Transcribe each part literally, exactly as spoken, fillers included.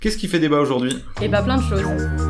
Qu'est-ce qui fait débat aujourd'hui ? Eh bah plein de choses.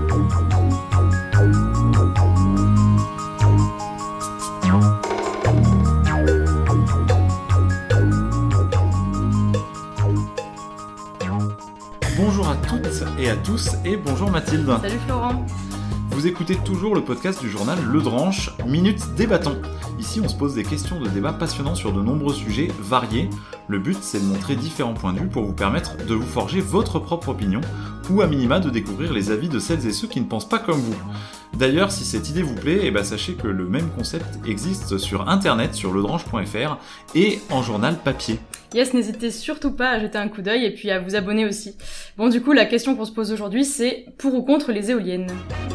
Bonjour à toutes et à tous et bonjour Mathilde. Salut Florent. Vous écoutez toujours le podcast du journal Le Dranche, Minute Débattons. Ici, on se pose des questions de débat passionnants sur de nombreux sujets variés. Le but, c'est de montrer différents points de vue pour vous permettre de vous forger votre propre opinion ou à minima de découvrir les avis de celles et ceux qui ne pensent pas comme vous. D'ailleurs, si cette idée vous plaît, eh ben sachez que le même concept existe sur internet, sur ledranche point f r et en journal papier. Yes, n'hésitez surtout pas à jeter un coup d'œil et puis à vous abonner aussi. Bon, du coup, la question qu'on se pose aujourd'hui, c'est pour ou contre les éoliennes ?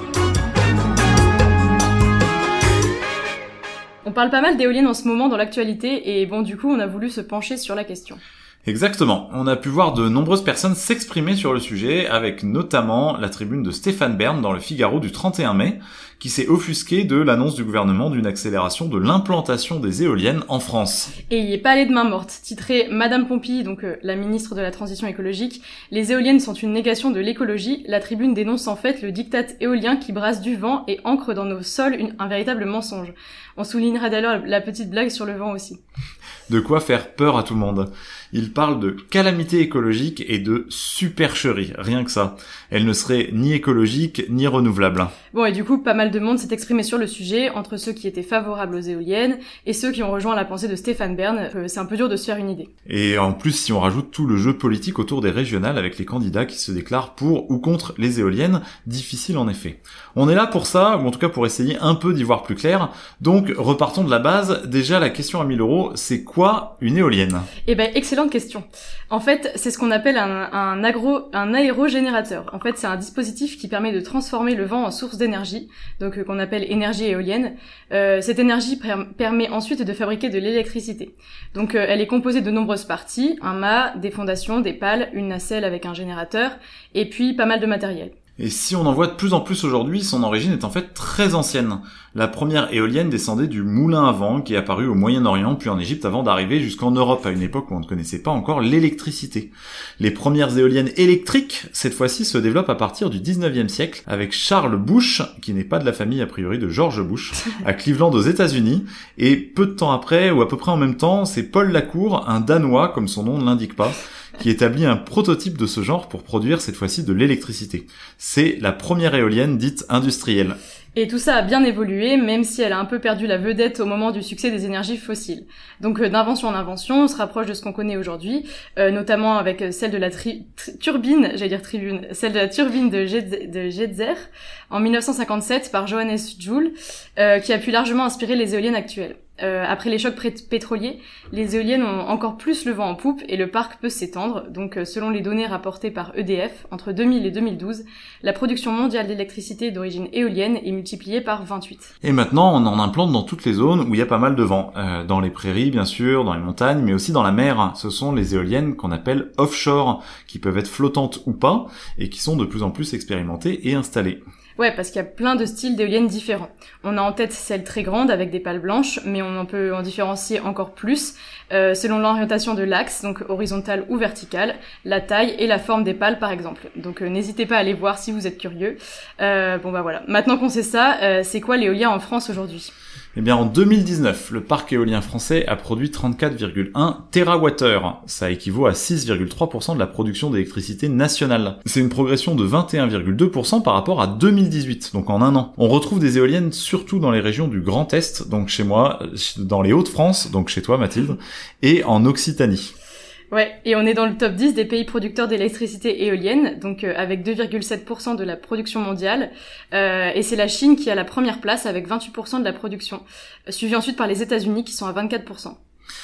On parle pas mal d'éoliennes en ce moment dans l'actualité et bon, du coup, on a voulu se pencher sur la question. Exactement. On a pu voir de nombreuses personnes s'exprimer sur le sujet, avec notamment la tribune de Stéphane Bern dans le Figaro du trente et un mai, qui s'est offusqué de l'annonce du gouvernement d'une accélération de l'implantation des éoliennes en France. Et il y est pas allé de main morte. Titré Madame Pompili, donc euh, la ministre de la Transition écologique, les éoliennes sont une négation de l'écologie, la tribune dénonce en fait le diktat éolien qui brasse du vent et ancre dans nos sols une, un véritable mensonge. On soulignera d'ailleurs la petite blague sur le vent aussi. De quoi faire peur à tout le monde. Il parle de calamité écologique et de supercherie, rien que ça. Elle ne serait ni écologique ni renouvelable. Bon, et du coup, pas mal de monde s'est exprimé sur le sujet, entre ceux qui étaient favorables aux éoliennes et ceux qui ont rejoint la pensée de Stéphane Bern. Euh, c'est un peu dur de se faire une idée. Et en plus, si on rajoute tout le jeu politique autour des régionales avec les candidats qui se déclarent pour ou contre les éoliennes, difficile en effet. On est là pour ça, ou en tout cas pour essayer un peu d'y voir plus clair. Donc, repartons de la base. Déjà, la question à mille euros, c'est quoi une éolienne ? Eh ben, excellente question. En fait, c'est ce qu'on appelle un, un, agro, un aérogénérateur. En fait, c'est un dispositif qui permet de transformer le vent en source d'énergie, donc euh, qu'on appelle énergie éolienne. Euh, cette énergie per- permet ensuite de fabriquer de l'électricité. Donc, euh, elle est composée de nombreuses parties, un mât, des fondations, des pales, une nacelle avec un générateur, et puis pas mal de matériel. Et si on en voit de plus en plus aujourd'hui, son origine est en fait très ancienne. La première éolienne descendait du moulin à vent qui est apparu au Moyen-Orient puis en Égypte avant d'arriver jusqu'en Europe à une époque où on ne connaissait pas encore l'électricité. Les premières éoliennes électriques, cette fois-ci, se développent à partir du dix-neuvième siècle avec Charles Bush, qui n'est pas de la famille a priori de George Bush, à Cleveland aux États-Unis. Et peu de temps après, ou à peu près en même temps, c'est Paul Lacour, un Danois comme son nom ne l'indique pas, qui établit un prototype de ce genre pour produire cette fois-ci de l'électricité. C'est la première éolienne dite industrielle. Et tout ça a bien évolué, même si elle a un peu perdu la vedette au moment du succès des énergies fossiles. Donc euh, d'invention en invention, on se rapproche de ce qu'on connaît aujourd'hui, euh, notamment avec celle de la tri- tri- turbine, j'allais dire tribune, celle de la turbine de, Jet- de Jetzer en dix-neuf cent cinquante-sept par Johannes Joule, euh, qui a pu largement inspirer les éoliennes actuelles. Euh, après les chocs pré- pétroliers, les éoliennes ont encore plus le vent en poupe et le parc peut s'étendre. Donc euh, selon les données rapportées par E D F, entre deux mille et deux mille douze, la production mondiale d'électricité d'origine éolienne est multipliée par vingt-huit. Et maintenant, on en implante dans toutes les zones où il y a pas mal de vent. Euh, dans les prairies, bien sûr, dans les montagnes, mais aussi dans la mer. Ce sont les éoliennes qu'on appelle offshore, qui peuvent être flottantes ou pas, et qui sont de plus en plus expérimentées et installées. Ouais, parce qu'il y a plein de styles d'éoliennes différents. On a en tête celles très grandes avec des pales blanches, mais on en peut en différencier encore plus euh, selon l'orientation de l'axe, donc horizontale ou verticale, la taille et la forme des pales par exemple. Donc euh, n'hésitez pas à aller voir si vous êtes curieux. Euh, bon bah voilà, maintenant qu'on sait ça, euh, c'est quoi l'éolien en France aujourd'hui ? Eh bien, en deux mille dix-neuf, le parc éolien français a produit trente-quatre virgule un térawattheures. Ça équivaut à six virgule trois pour cent de la production d'électricité nationale. C'est une progression de vingt et un virgule deux pour cent par rapport à deux mille dix-huit, donc en un an. On retrouve des éoliennes surtout dans les régions du Grand Est, donc chez moi, dans les Hauts-de-France, donc chez toi Mathilde, et en Occitanie. Ouais, et on est dans le top dix des pays producteurs d'électricité éolienne, donc euh, avec deux virgule sept pour cent de la production mondiale, euh, et c'est la Chine qui a la première place avec vingt-huit pour cent de la production, suivi ensuite par les États-Unis qui sont à vingt-quatre pour cent.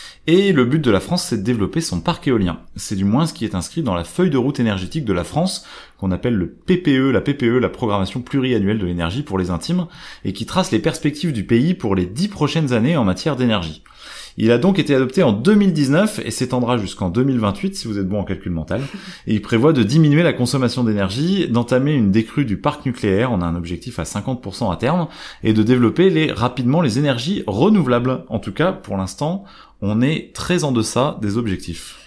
Et le but de la France, c'est de développer son parc éolien. C'est du moins ce qui est inscrit dans la feuille de route énergétique de la France, qu'on appelle le P P E, la P P E, la programmation pluriannuelle de l'énergie pour les intimes, et qui trace les perspectives du pays pour les dix prochaines années en matière d'énergie. Il a donc été adopté en deux mille dix-neuf et s'étendra jusqu'en deux mille vingt-huit si vous êtes bon en calcul mental. Et il prévoit de diminuer la consommation d'énergie, d'entamer une décrue du parc nucléaire, on a un objectif à cinquante pour cent à terme, et de développer les, rapidement les énergies renouvelables. En tout cas, pour l'instant, on est très en deçà des objectifs.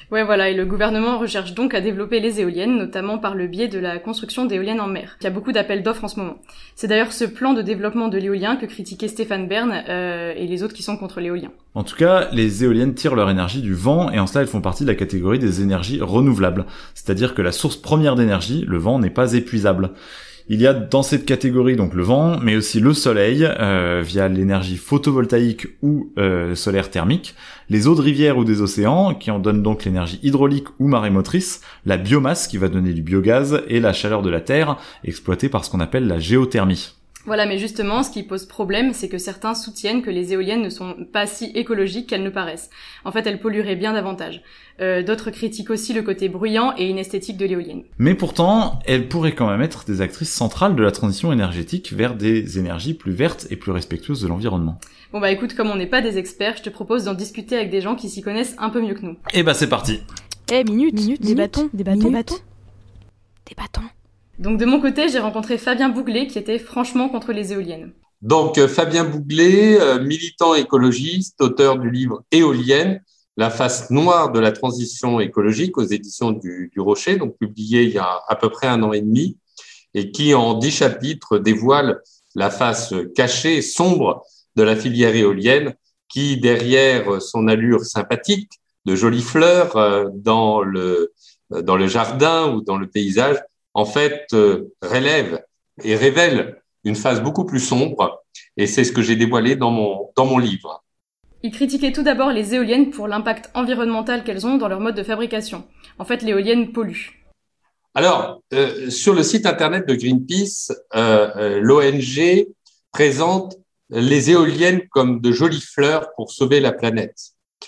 Ouais, voilà, et le gouvernement recherche donc à développer les éoliennes, notamment par le biais de la construction d'éoliennes en mer. Il y a beaucoup d'appels d'offres en ce moment. C'est d'ailleurs ce plan de développement de l'éolien que critiquait Stéphane Bern euh, et les autres qui sont contre l'éolien. En tout cas, les éoliennes tirent leur énergie du vent et en cela elles font partie de la catégorie des énergies renouvelables. C'est-à-dire que la source première d'énergie, le vent, n'est pas épuisable. Il y a dans cette catégorie donc le vent, mais aussi le soleil, euh, via l'énergie photovoltaïque ou euh, solaire thermique, les eaux de rivière ou des océans, qui en donnent donc l'énergie hydraulique ou marémotrice, la biomasse, qui va donner du biogaz, et la chaleur de la terre, exploitée par ce qu'on appelle la géothermie. Voilà, mais justement, ce qui pose problème, c'est que certains soutiennent que les éoliennes ne sont pas si écologiques qu'elles ne paraissent. En fait, elles pollueraient bien davantage. Euh, d'autres critiquent aussi le côté bruyant et inesthétique de l'éolienne. Mais pourtant, elles pourraient quand même être des actrices centrales de la transition énergétique vers des énergies plus vertes et plus respectueuses de l'environnement. Bon bah écoute, comme on n'est pas des experts, je te propose d'en discuter avec des gens qui s'y connaissent un peu mieux que nous. Et bah c'est parti. Eh, minute, minute, des bâtons, des bâtons, des bâtons. Des bâtons. Donc de mon côté, j'ai rencontré Fabien Bouglet qui était franchement contre les éoliennes. Donc Fabien Bouglet, militant écologiste, auteur du livre Éoliennes, la face noire de la transition écologique aux éditions du, du Rocher, donc publié il y a à peu près un an et demi, et qui en dix chapitres dévoile la face cachée, sombre de la filière éolienne, qui derrière son allure sympathique, de jolies fleurs dans le, dans le jardin ou dans le paysage, en fait, euh, relève et révèle une phase beaucoup plus sombre, et c'est ce que j'ai dévoilé dans mon, dans mon livre. Il critiquait tout d'abord les éoliennes pour l'impact environnemental qu'elles ont dans leur mode de fabrication. En fait, l'éolienne pollue. Alors, euh, sur le site internet de Greenpeace, euh, euh, l'O N G présente les éoliennes comme de jolies fleurs pour sauver la planète.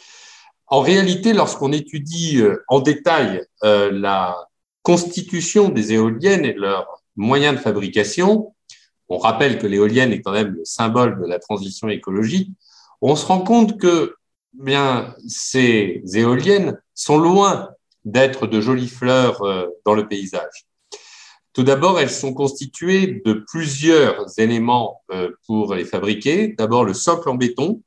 En réalité, lorsqu'on étudie euh, en détail euh, la constitution des éoliennes et de leurs moyens de fabrication, on rappelle que l'éolienne est quand même le symbole de la transition écologique, on se rend compte que bien, ces éoliennes sont loin d'être de jolies fleurs euh, dans le paysage. Tout d'abord, elles sont constituées de plusieurs éléments euh, pour les fabriquer. D'abord, le socle en béton,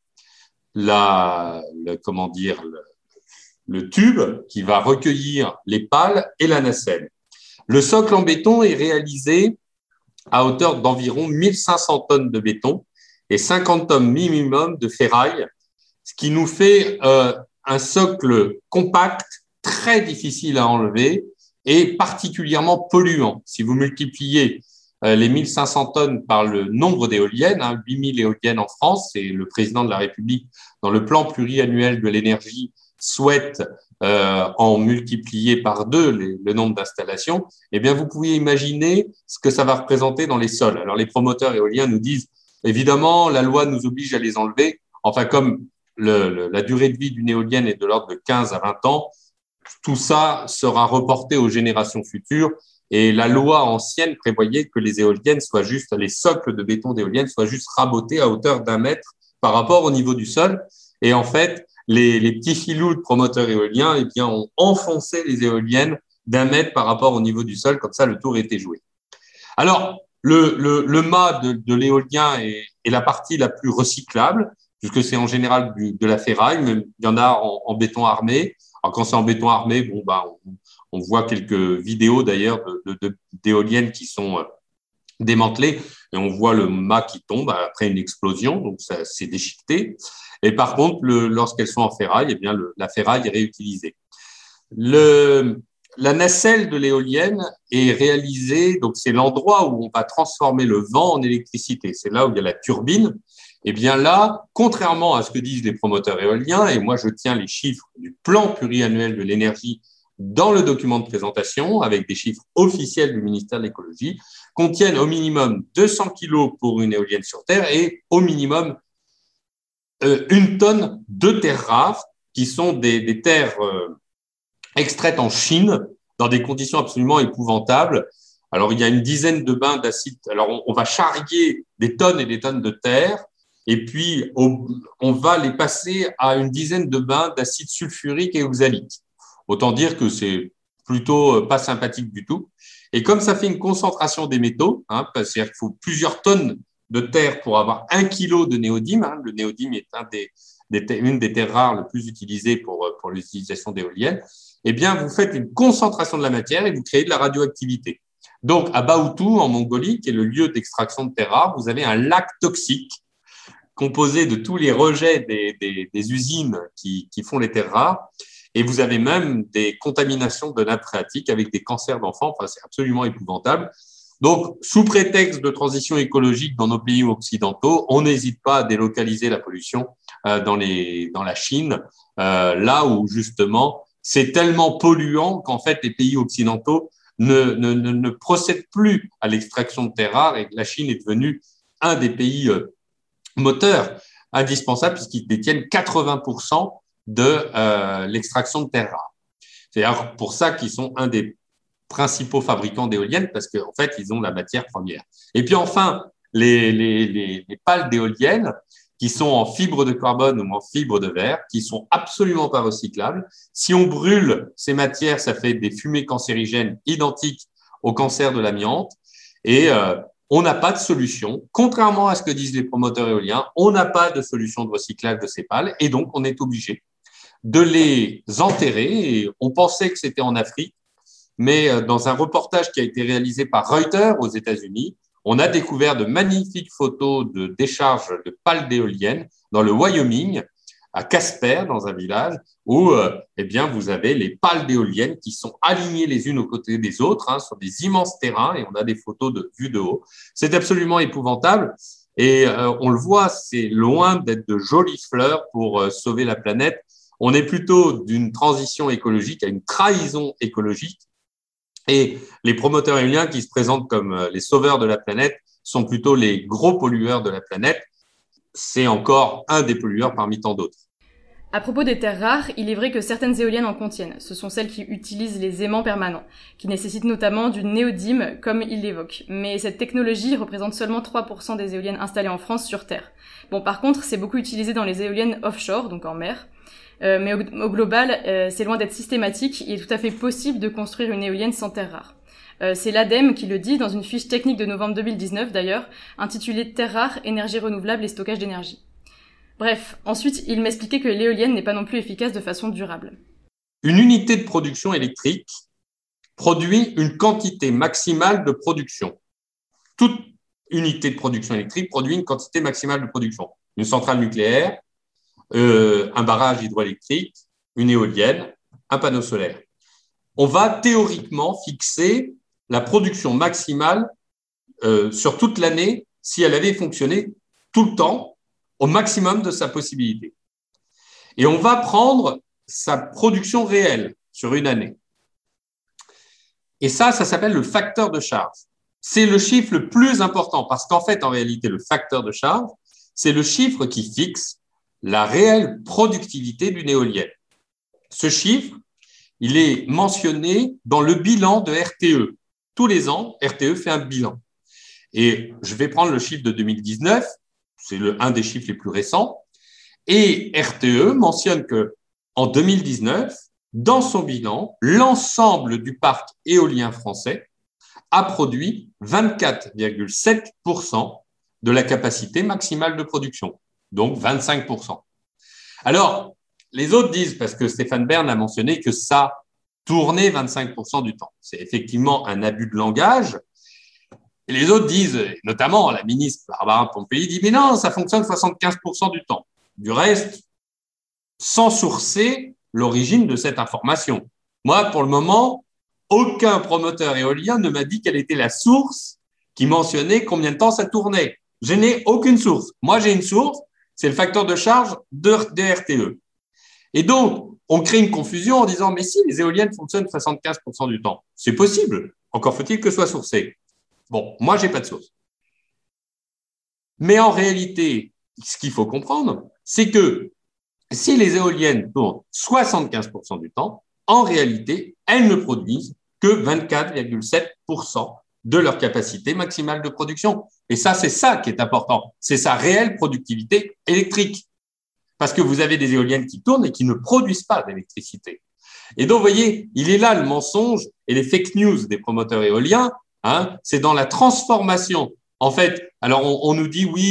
la, le, comment dire, le, le tube qui va recueillir les pales et la nacelle. Le socle en béton est réalisé à hauteur d'environ mille cinq cents tonnes de béton et cinquante tonnes minimum de ferraille, ce qui nous fait euh, un socle compact, très difficile à enlever et particulièrement polluant. Si vous multipliez euh, les mille cinq cents tonnes par le nombre d'éoliennes, hein, huit mille éoliennes en France, et le président de la République, dans le plan pluriannuel de l'énergie, souhaite euh, en multiplier par deux les, le nombre d'installations, eh bien, vous pouvez imaginer ce que ça va représenter dans les sols. Alors, les promoteurs éoliens nous disent, évidemment, la loi nous oblige à les enlever. Enfin, comme le, le, la durée de vie d'une éolienne est de l'ordre de quinze à vingt ans, tout ça sera reporté aux générations futures. Et la loi ancienne prévoyait que les éoliennes soient juste, les socles de béton d'éoliennes soient juste rabotés à hauteur d'un mètre par rapport au niveau du sol. Et en fait, les, les petits filous de promoteurs éoliens, eh bien, ont enfoncé les éoliennes d'un mètre par rapport au niveau du sol. Comme ça, le tour était joué. Alors, le, le, le mât de, de l'éolien est, est la partie la plus recyclable, puisque c'est en général du, de la ferraille, mais il y en a en, en béton armé. Alors, quand c'est en béton armé, bon, bah, on, on voit quelques vidéos d'ailleurs de, de, de, d'éoliennes qui sont euh, démantelées et on voit le mât qui tombe après une explosion, donc ça c'est déchiqueté. Et par contre, le, lorsqu'elles sont en ferraille, eh bien, le, la ferraille est réutilisée. Le, la nacelle de l'éolienne est réalisée, donc c'est l'endroit où on va transformer le vent en électricité. C'est là où il y a la turbine. Eh bien là, contrairement à ce que disent les promoteurs éoliens, et moi je tiens les chiffres du plan pluriannuel de l'énergie dans le document de présentation, avec des chiffres officiels du ministère de l'écologie, contiennent au minimum deux cents kilos pour une éolienne sur Terre et au minimum euh, une tonne de terres rares, qui sont des, des terres euh, extraites en Chine, dans des conditions absolument épouvantables. Alors, il y a une dizaine de bains d'acide. Alors, on, on va charrier des tonnes et des tonnes de terre, et puis au, on va les passer à une dizaine de bains d'acide sulfurique et oxalique. Autant dire que c'est plutôt pas sympathique du tout. Et comme ça fait une concentration des métaux, hein, c'est-à-dire qu'il faut plusieurs tonnes de terre pour avoir un kilo de néodyme, hein, le néodyme est un des, des te- une des terres rares les plus utilisées pour, pour l'utilisation d'éoliennes, eh bien, vous faites une concentration de la matière et vous créez de la radioactivité. Donc, à Baotou, en Mongolie, qui est le lieu d'extraction de terres rares, vous avez un lac toxique composé de tous les rejets des, des, des usines qui, qui font les terres rares. Et vous avez même des contaminations de nappes phréatiques avec des cancers d'enfants. Enfin, c'est absolument épouvantable. Donc, sous prétexte de transition écologique dans nos pays occidentaux, on n'hésite pas à délocaliser la pollution euh, dans, les, dans la Chine, euh, là où justement c'est tellement polluant qu'en fait les pays occidentaux ne, ne, ne, ne procèdent plus à l'extraction de terres rares et que la Chine est devenue un des pays euh, moteurs indispensables puisqu'ils détiennent quatre-vingts pour cent de euh, l'extraction de terres rares. C'est d'ailleurs pour ça qu'ils sont un des principaux fabricants d'éoliennes parce qu'en fait, ils ont la matière première. Et puis enfin, les, les, les, les pales d'éoliennes qui sont en fibre de carbone ou en fibre de verre, qui sont absolument pas recyclables. Si on brûle ces matières, ça fait des fumées cancérigènes identiques au cancer de l'amiante. Et euh, on n'a pas de solution. Contrairement à ce que disent les promoteurs éoliens, on n'a pas de solution de recyclage de ces pales. Et donc, on est obligé de les enterrer. Et on pensait que c'était en Afrique. Mais dans un reportage qui a été réalisé par Reuters aux États-Unis, on a découvert de magnifiques photos de décharges de pales d'éoliennes dans le Wyoming, à Casper, dans un village, où euh, eh bien, vous avez les pales d'éoliennes qui sont alignées les unes aux côtés des autres hein, sur des immenses terrains, et on a des photos de vue de haut. C'est absolument épouvantable, et euh, on le voit, c'est loin d'être de jolies fleurs pour euh, sauver la planète. On est plutôt d'une transition écologique à une trahison écologique. Et les promoteurs éoliens qui se présentent comme les sauveurs de la planète sont plutôt les gros pollueurs de la planète. C'est encore un des pollueurs parmi tant d'autres. À propos des terres rares, il est vrai que certaines éoliennes en contiennent. Ce sont celles qui utilisent les aimants permanents, qui nécessitent notamment du néodyme, comme il l'évoque. Mais cette technologie représente seulement trois pour cent des éoliennes installées en France sur Terre. Bon, par contre, c'est beaucoup utilisé dans les éoliennes offshore, donc en mer. Euh, mais au, au global, euh, c'est loin d'être systématique. Il est tout à fait possible de construire une éolienne sans terres rares. Euh, c'est l'ADEME qui le dit dans une fiche technique de novembre deux mille dix-neuf d'ailleurs, intitulée « Terres rares, énergie renouvelable et stockage d'énergie ». Bref, ensuite, il m'expliquait que l'éolienne n'est pas non plus efficace de façon durable. Une unité de production électrique produit une quantité maximale de production. Toute unité de production électrique produit une quantité maximale de production. Une centrale nucléaire, Euh, un barrage hydroélectrique, une éolienne, un panneau solaire. On va théoriquement fixer la production maximale euh, sur toute l'année si elle avait fonctionné tout le temps au maximum de sa possibilité. Et on va prendre sa production réelle sur une année. Et ça, ça s'appelle le facteur de charge. C'est le chiffre le plus important parce qu'en fait, en réalité, le facteur de charge, c'est le chiffre qui fixe la réelle productivité d'une éolienne. Ce chiffre, il est mentionné dans le bilan de R T E. Tous les ans, R T E fait un bilan. Et je vais prendre le chiffre de deux mille dix-neuf, c'est le, un des chiffres les plus récents, et R T E mentionne que en deux mille dix-neuf, dans son bilan, l'ensemble du parc éolien français a produit vingt-quatre virgule sept pour cent de la capacité maximale de production. Donc vingt-cinq pour cent. Alors, les autres disent, parce que Stéphane Bern a mentionné que ça tournait vingt-cinq pour cent du temps. C'est effectivement un abus de langage. Et les autres disent, notamment la ministre Barbara Pompili dit, mais non, ça fonctionne soixante-quinze pour cent du temps. Du reste, sans sourcer l'origine de cette information. Moi, pour le moment, aucun promoteur éolien ne m'a dit quelle était la source qui mentionnait combien de temps ça tournait. Je n'ai aucune source. Moi, j'ai une source. C'est le facteur de charge de, de R T E. Et donc, on crée une confusion en disant, mais si, les éoliennes fonctionnent soixante-quinze pour cent du temps. C'est possible. Encore faut-il que ce soit sourcé. Bon, moi, j'ai pas de source. Mais en réalité, ce qu'il faut comprendre, c'est que si les éoliennes tournent soixante-quinze pour cent du temps, en réalité, elles ne produisent que vingt-quatre virgule sept pour cent de leur capacité maximale de production. Et ça, c'est ça qui est important. C'est sa réelle productivité électrique. Parce que vous avez des éoliennes qui tournent et qui ne produisent pas d'électricité. Et donc, vous voyez, il est là le mensonge et les fake news des promoteurs éoliens. Hein, c'est dans la transformation. En fait, alors on, on nous dit, oui,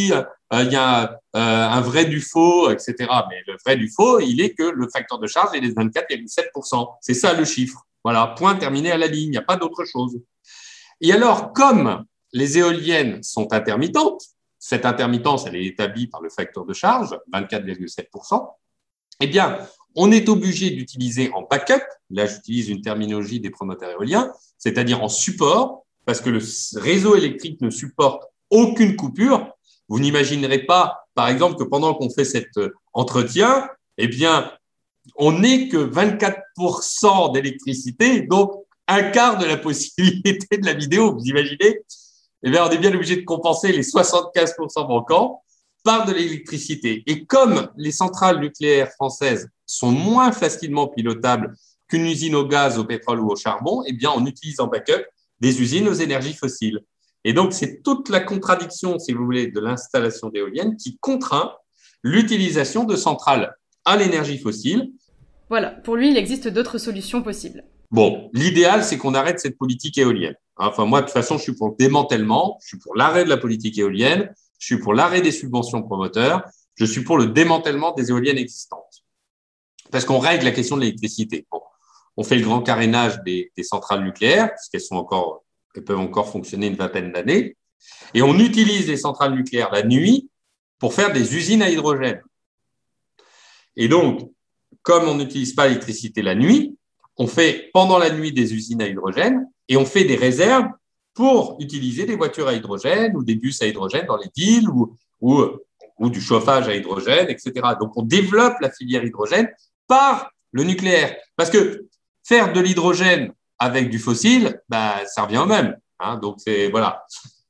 euh, il y a euh, un vrai du faux, et cetera. Mais le vrai du faux, il est que le facteur de charge est de vingt-quatre virgule sept pour cent. C'est ça le chiffre. Voilà, point terminé à la ligne, il n'y a pas d'autre chose. Et alors, comme les éoliennes sont intermittentes, cette intermittence, elle est établie par le facteur de charge, vingt-quatre virgule sept pour cent, eh bien, on est obligé d'utiliser en backup, là j'utilise une terminologie des promoteurs éoliens, c'est-à-dire en support, parce que le réseau électrique ne supporte aucune coupure. Vous n'imaginerez pas, par exemple, que pendant qu'on fait cet entretien, eh bien, on n'est que vingt-quatre pour cent d'électricité, donc un quart de la possibilité de la vidéo. Vous imaginez? Eh bien, on est bien obligé de compenser les soixante-quinze pour cent manquants par de l'électricité. Et comme les centrales nucléaires françaises sont moins facilement pilotables qu'une usine au gaz, au pétrole ou au charbon, eh bien, on utilise en backup des usines aux énergies fossiles. Et donc, c'est toute la contradiction, si vous voulez, de l'installation d'éoliennes qui contraint l'utilisation de centrales à l'énergie fossile. Voilà, pour lui, il existe d'autres solutions possibles. Bon, l'idéal, c'est qu'on arrête cette politique éolienne. Enfin, moi, de toute façon, je suis pour le démantèlement, je suis pour l'arrêt de la politique éolienne, je suis pour l'arrêt des subventions promoteurs, je suis pour le démantèlement des éoliennes existantes. Parce qu'on règle la question de l'électricité. Bon, on fait le grand carénage des, des centrales nucléaires, puisqu'elles sont encore, elles peuvent encore fonctionner une vingtaine d'années, et on utilise les centrales nucléaires la nuit pour faire des usines à hydrogène. Et donc, comme on n'utilise pas l'électricité la nuit, on fait pendant la nuit des usines à hydrogène et on fait des réserves pour utiliser des voitures à hydrogène ou des bus à hydrogène dans les villes ou, ou, ou du chauffage à hydrogène, et cetera. Donc, on développe la filière hydrogène par le nucléaire. Parce que faire de l'hydrogène avec du fossile, bah, ça revient au même. Hein, donc, c'est, voilà.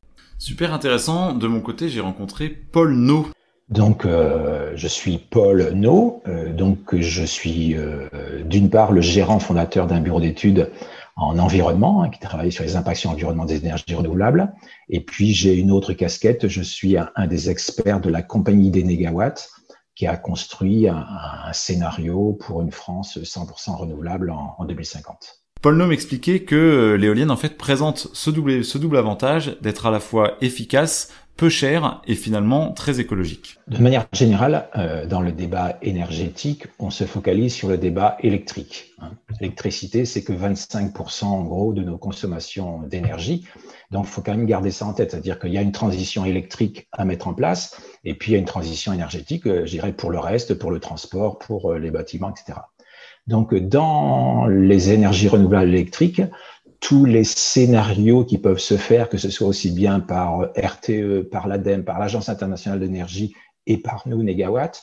Super intéressant. De mon côté, j'ai rencontré Paul No. Donc, euh, je suis Paul No. Euh, donc, je suis euh, d'une part le gérant fondateur d'un bureau d'études en environnement hein, qui travaille sur les impacts sur l'environnement des énergies renouvelables. Et puis, j'ai une autre casquette. Je suis un, un des experts de la compagnie des négawatts qui a construit un, un scénario pour une France cent pour cent renouvelable en, en deux mille cinquante. Paul No m'expliquait que l'éolienne en fait présente ce double, ce double avantage d'être à la fois efficace, peu cher et finalement très écologique. De manière générale, euh, dans le débat énergétique, on se focalise sur le débat électrique. Hein. L'électricité, c'est que vingt-cinq pour cent en gros de nos consommations d'énergie. Donc, il faut quand même garder ça en tête, c'est-à-dire qu'il y a une transition électrique à mettre en place et puis il y a une transition énergétique, euh, je dirais, pour le reste, pour le transport, pour euh, les bâtiments, et cetera. Donc, dans les énergies renouvelables électriques, tous les scénarios qui peuvent se faire, que ce soit aussi bien par R T E, par l'ADEME, par l'Agence internationale de l'énergie et par nous, Négawatt,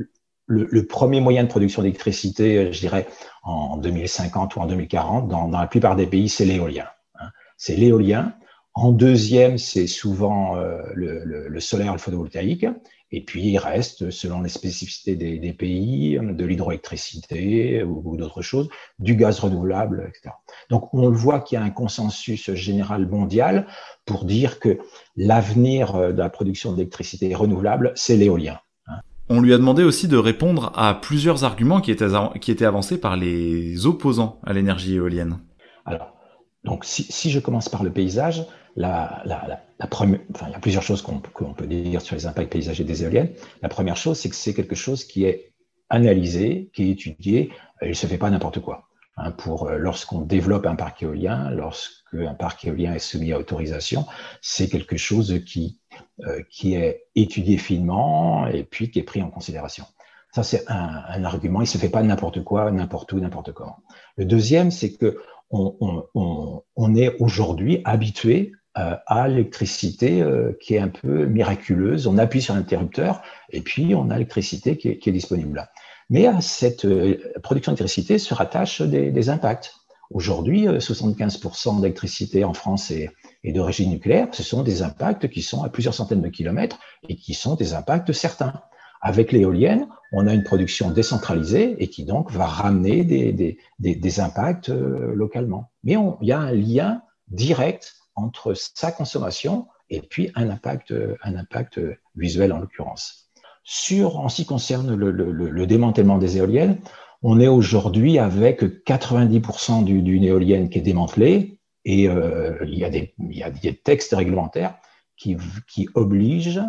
le, le premier moyen de production d'électricité, je dirais, en deux mille cinquante ou en deux mille quarante, dans, dans la plupart des pays, c'est l'éolien. Hein. C'est l'éolien. En deuxième, c'est souvent euh, le, le, le solaire, le photovoltaïque. Et puis, il reste, selon les spécificités des, des pays, de l'hydroélectricité ou, ou d'autres choses, du gaz renouvelable, et cetera. Donc, on voit qu'il y a un consensus général mondial pour dire que l'avenir de la production d'électricité renouvelable, c'est l'éolien. Hein. On lui a demandé aussi de répondre à plusieurs arguments qui étaient, qui étaient avancés par les opposants à l'énergie éolienne. Alors, donc, si, si je commence par le paysage, la, la, la, la première, enfin, il y a plusieurs choses qu'on qu'on peut dire sur les impacts paysagers des éoliennes. La première chose, c'est que c'est quelque chose qui est analysé, qui est étudié. Il ne se fait pas n'importe quoi. Hein, pour lorsqu'on développe un parc éolien, lorsqu'un parc éolien est soumis à autorisation, c'est quelque chose qui euh, qui est étudié finement et puis qui est pris en considération. Ça, c'est un, un argument. Il ne se fait pas n'importe quoi, n'importe où, n'importe comment. Le deuxième, c'est que on, on, on, on est aujourd'hui habitué euh, à l'électricité euh, qui est un peu miraculeuse. On appuie sur l'interrupteur et puis on a l'électricité qui est, qui est disponible là. Mais à cette euh, production d'électricité se rattachent des, des impacts. Aujourd'hui, soixante-quinze pour cent d'électricité en France est, est d'origine nucléaire. Ce sont des impacts qui sont à plusieurs centaines de kilomètres et qui sont des impacts certains. Avec l'éolienne, on a une production décentralisée et qui donc va ramener des, des, des, des impacts euh, localement. Mais on, il y a un lien direct entre sa consommation et puis un impact, un impact visuel en l'occurrence. Sur, en ce qui concerne le, le, le démantèlement des éoliennes, on est aujourd'hui avec quatre-vingt-dix pour cent du, d'une éolienne qui est démantelée et euh, il y a des, il y a des textes réglementaires qui, qui obligent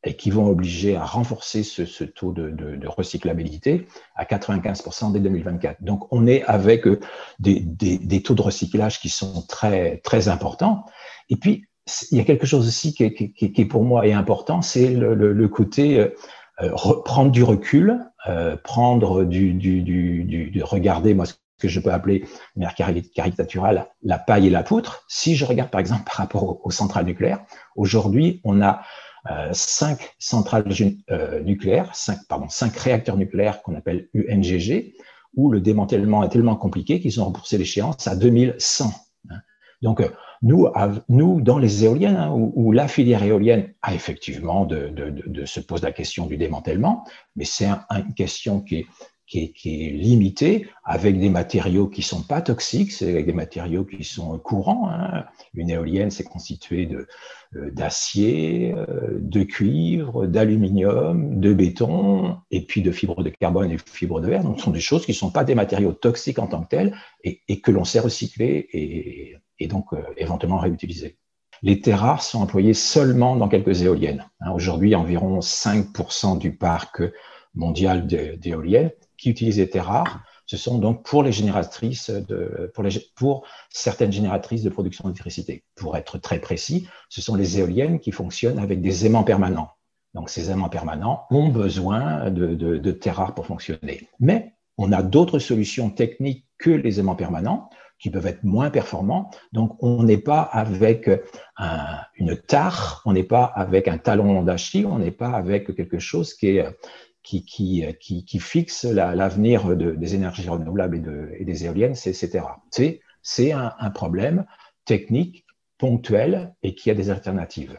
et qui vont obliger à renforcer ce, ce taux de, de, de recyclabilité à quatre-vingt-quinze pour cent dès deux mille vingt-quatre. Donc, on est avec des, des, des taux de recyclage qui sont très, très importants. Et puis, il y a quelque chose aussi qui, est, qui, qui pour moi est important, c'est le, le, le côté euh, prendre du recul, euh, prendre du, du, du, du, de regarder, moi, ce que je peux appeler de manière caricaturale, la paille et la poutre. Si je regarde, par exemple, par rapport aux, aux centrales nucléaires, aujourd'hui, on a Euh, cinq centrales euh, nucléaires, cinq, pardon, cinq réacteurs nucléaires qu'on appelle U N G G, où le démantèlement est tellement compliqué qu'ils ont repoussé l'échéance à deux mille cent. Hein. Donc, nous, à, nous, dans les éoliennes, hein, où, où la filière éolienne a effectivement de, de, de, de se pose la question du démantèlement, mais c'est un, une question qui est Qui est, qui est limité, avec des matériaux qui sont pas toxiques, c'est avec des matériaux qui sont courants. Hein. Une éolienne, c'est constitué de euh, d'acier, euh, de cuivre, d'aluminium, de béton, et puis de fibres de carbone et de fibres de verre. Donc, ce sont des choses qui ne sont pas des matériaux toxiques en tant que tels, et, et que l'on sait recycler et, et donc euh, éventuellement réutiliser. Les terres rares sont employées seulement dans quelques éoliennes. Hein. Aujourd'hui, environ cinq pour cent du parc mondial d'éoliennes qui utilisent les terres rares. Ce sont donc pour les génératrices de, pour, les, pour certaines génératrices de production d'électricité. Pour être très précis, ce sont les éoliennes qui fonctionnent avec des aimants permanents. Donc, ces aimants permanents ont besoin de, de, de terres rares pour fonctionner. Mais on a d'autres solutions techniques que les aimants permanents qui peuvent être moins performants. Donc, on n'est pas avec un, une tare, on n'est pas avec un talon d'Achille, on n'est pas avec quelque chose qui est Qui, qui, qui, qui fixe l'avenir la, de, des énergies renouvelables et, de, et des éoliennes, et cetera. C'est, c'est un, un problème technique, ponctuel, et qui a des alternatives.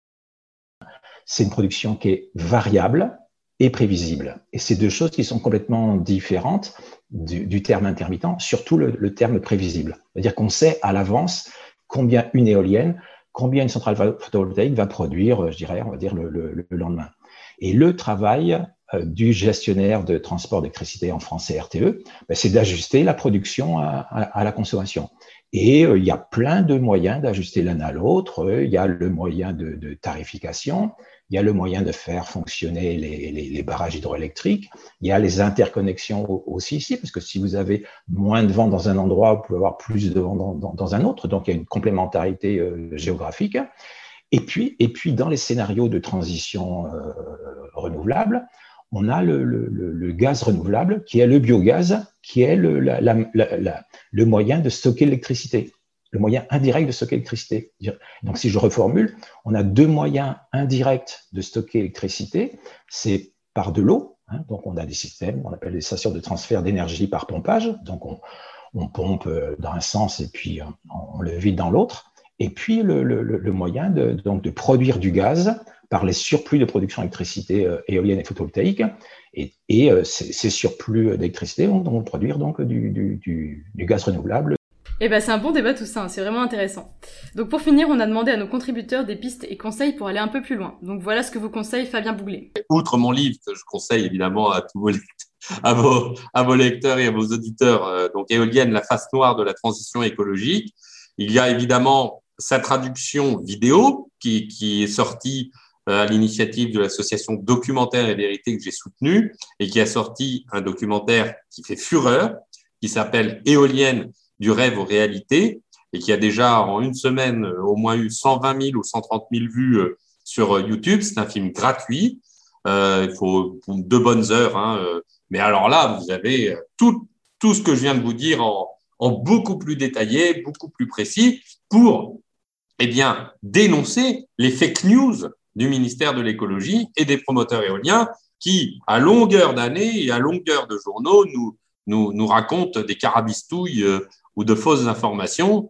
C'est une production qui est variable et prévisible. Et c'est deux choses qui sont complètement différentes du, du terme intermittent, surtout le, le terme prévisible. C'est-à-dire qu'on sait à l'avance combien une éolienne, combien une centrale photovoltaïque va produire, je dirais, on va dire, le, le, le lendemain. Et le travail du gestionnaire de transport d'électricité, en français R T E, ben c'est d'ajuster la production à, à, à la consommation. Et euh, il y a plein de moyens d'ajuster l'un à l'autre. Il y a le moyen de, de tarification, il y a le moyen de faire fonctionner les, les, les barrages hydroélectriques, il y a les interconnexions aussi ici, parce que si vous avez moins de vent dans un endroit, vous pouvez avoir plus de vent dans, dans, dans un autre, donc il y a une complémentarité euh, géographique. Et puis, et puis, dans les scénarios de transition euh, renouvelable, on a le, le, le gaz renouvelable, qui est le biogaz, qui est le, la, la, la, le moyen de stocker l'électricité, le moyen indirect de stocker l'électricité. Donc, si je reformule, on a deux moyens indirects de stocker l'électricité. C'est par de l'eau, hein, donc on a des systèmes, on appelle des stations de transfert d'énergie par pompage. Donc, on, on pompe dans un sens et puis on le vide dans l'autre. Et puis, le, le, le moyen de, donc, de produire du gaz par les surplus de production d'électricité euh, éolienne et photovoltaïque. Et, et euh, ces, ces surplus d'électricité vont, vont produire donc du, du, du, du gaz renouvelable. Eh ben, c'est un bon débat tout ça, hein, c'est vraiment intéressant. Donc pour finir, on a demandé à nos contributeurs des pistes et conseils pour aller un peu plus loin. Donc voilà ce que vous conseille Fabien Bouglet. Outre mon livre, que je conseille évidemment à tous vos, à vos, à vos lecteurs et à vos auditeurs, euh, donc Éolienne, la face noire de la transition écologique, il y a évidemment sa traduction vidéo qui, qui est sortie à l'initiative de l'association Documentaire et Vérité que j'ai soutenue et qui a sorti un documentaire qui fait fureur, qui s'appelle Éolienne du rêve aux réalités et qui a déjà en une semaine au moins eu cent vingt mille ou cent trente mille vues sur YouTube. C'est un film gratuit. Euh, il faut deux bonnes heures. Hein. Mais alors là, vous avez tout, tout ce que je viens de vous dire en, en beaucoup plus détaillé, beaucoup plus précis pour eh bien, dénoncer les fake news du ministère de l'écologie et des promoteurs éoliens qui, à longueur d'année et à longueur de journaux, nous, nous, nous racontent des carabistouilles euh, ou de fausses informations.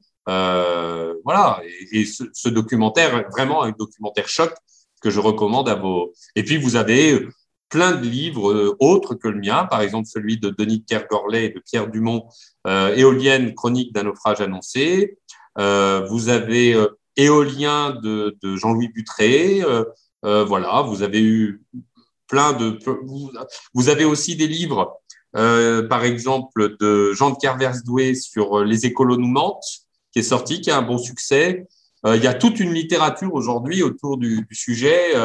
Euh, voilà. Et, et ce, ce documentaire est vraiment un documentaire choc que je recommande à vos… Et puis, vous avez plein de livres euh, autres que le mien, par exemple celui de Denis Kergorlet et de Pierre Dumont, euh, Éolienne, chronique d'un naufrage annoncé. Euh, vous avez… Euh, Éolien de, de Jean-Louis Butré, euh, euh, voilà, vous avez eu plein de… Vous, vous avez aussi des livres, euh, par exemple, de Jean de Kerversdoué sur Les écolos nous mentent, qui est sorti, qui a un bon succès. Euh, il y a toute une littérature aujourd'hui autour du, du sujet, euh,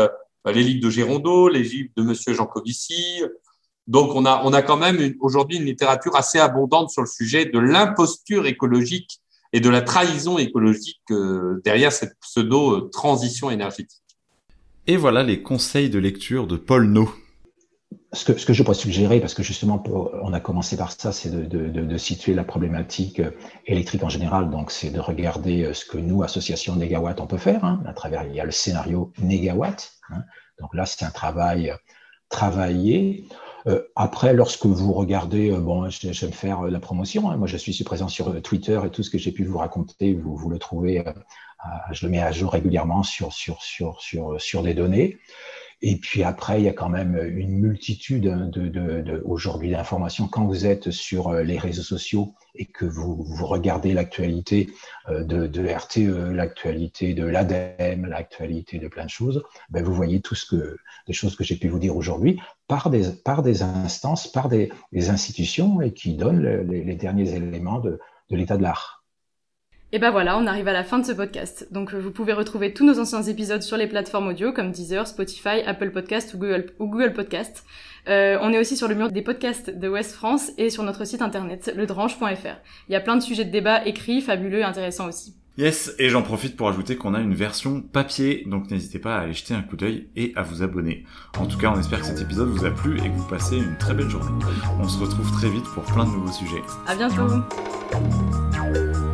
les livres de Gérondeau, les livres de Monsieur Jancovici. Donc, on a, on a quand même une, aujourd'hui une littérature assez abondante sur le sujet de l'imposture écologique et de la trahison écologique euh, derrière cette pseudo-transition énergétique. Et voilà les conseils de lecture de Paul Naud. Ce que, ce que je pourrais suggérer, parce que justement, pour, on a commencé par ça, c'est de, de, de, de situer la problématique électrique en général. Donc, c'est de regarder ce que nous, association Négawatt, on peut faire. Hein, à travers, il y a le scénario Négawatt. Hein, donc là, c'est un travail travaillé. Euh, après, lorsque vous regardez, euh, bon, je, je vais me faire la promotion. Hein, moi, je suis présent sur Twitter et tout ce que j'ai pu vous raconter, vous, vous le trouvez. Euh, à, je le mets à jour régulièrement sur sur sur sur sur des données. Et puis après, il y a quand même une multitude de, de, de aujourd'hui d'informations. Quand vous êtes sur les réseaux sociaux et que vous, vous regardez l'actualité de, de R T E, l'actualité de l'ADEME, l'actualité de plein de choses, ben vous voyez tout ce que, des choses que j'ai pu vous dire aujourd'hui par des, par des instances, par des, des institutions et qui donnent les, les derniers éléments de, de l'état de l'art. Et ben voilà, on arrive à la fin de ce podcast. Donc vous pouvez retrouver tous nos anciens épisodes sur les plateformes audio comme Deezer, Spotify, Apple Podcast ou Google, ou Google Podcast. Euh, on est aussi sur le mur des podcasts de Ouest France et sur notre site internet, le dranche point f r. Il y a plein de sujets de débat écrits, fabuleux et intéressants aussi. Yes, et j'en profite pour ajouter qu'on a une version papier, donc n'hésitez pas à aller jeter un coup d'œil et à vous abonner. En tout cas, on espère que cet épisode vous a plu et que vous passez une très belle journée. On se retrouve très vite pour plein de nouveaux sujets. À bientôt.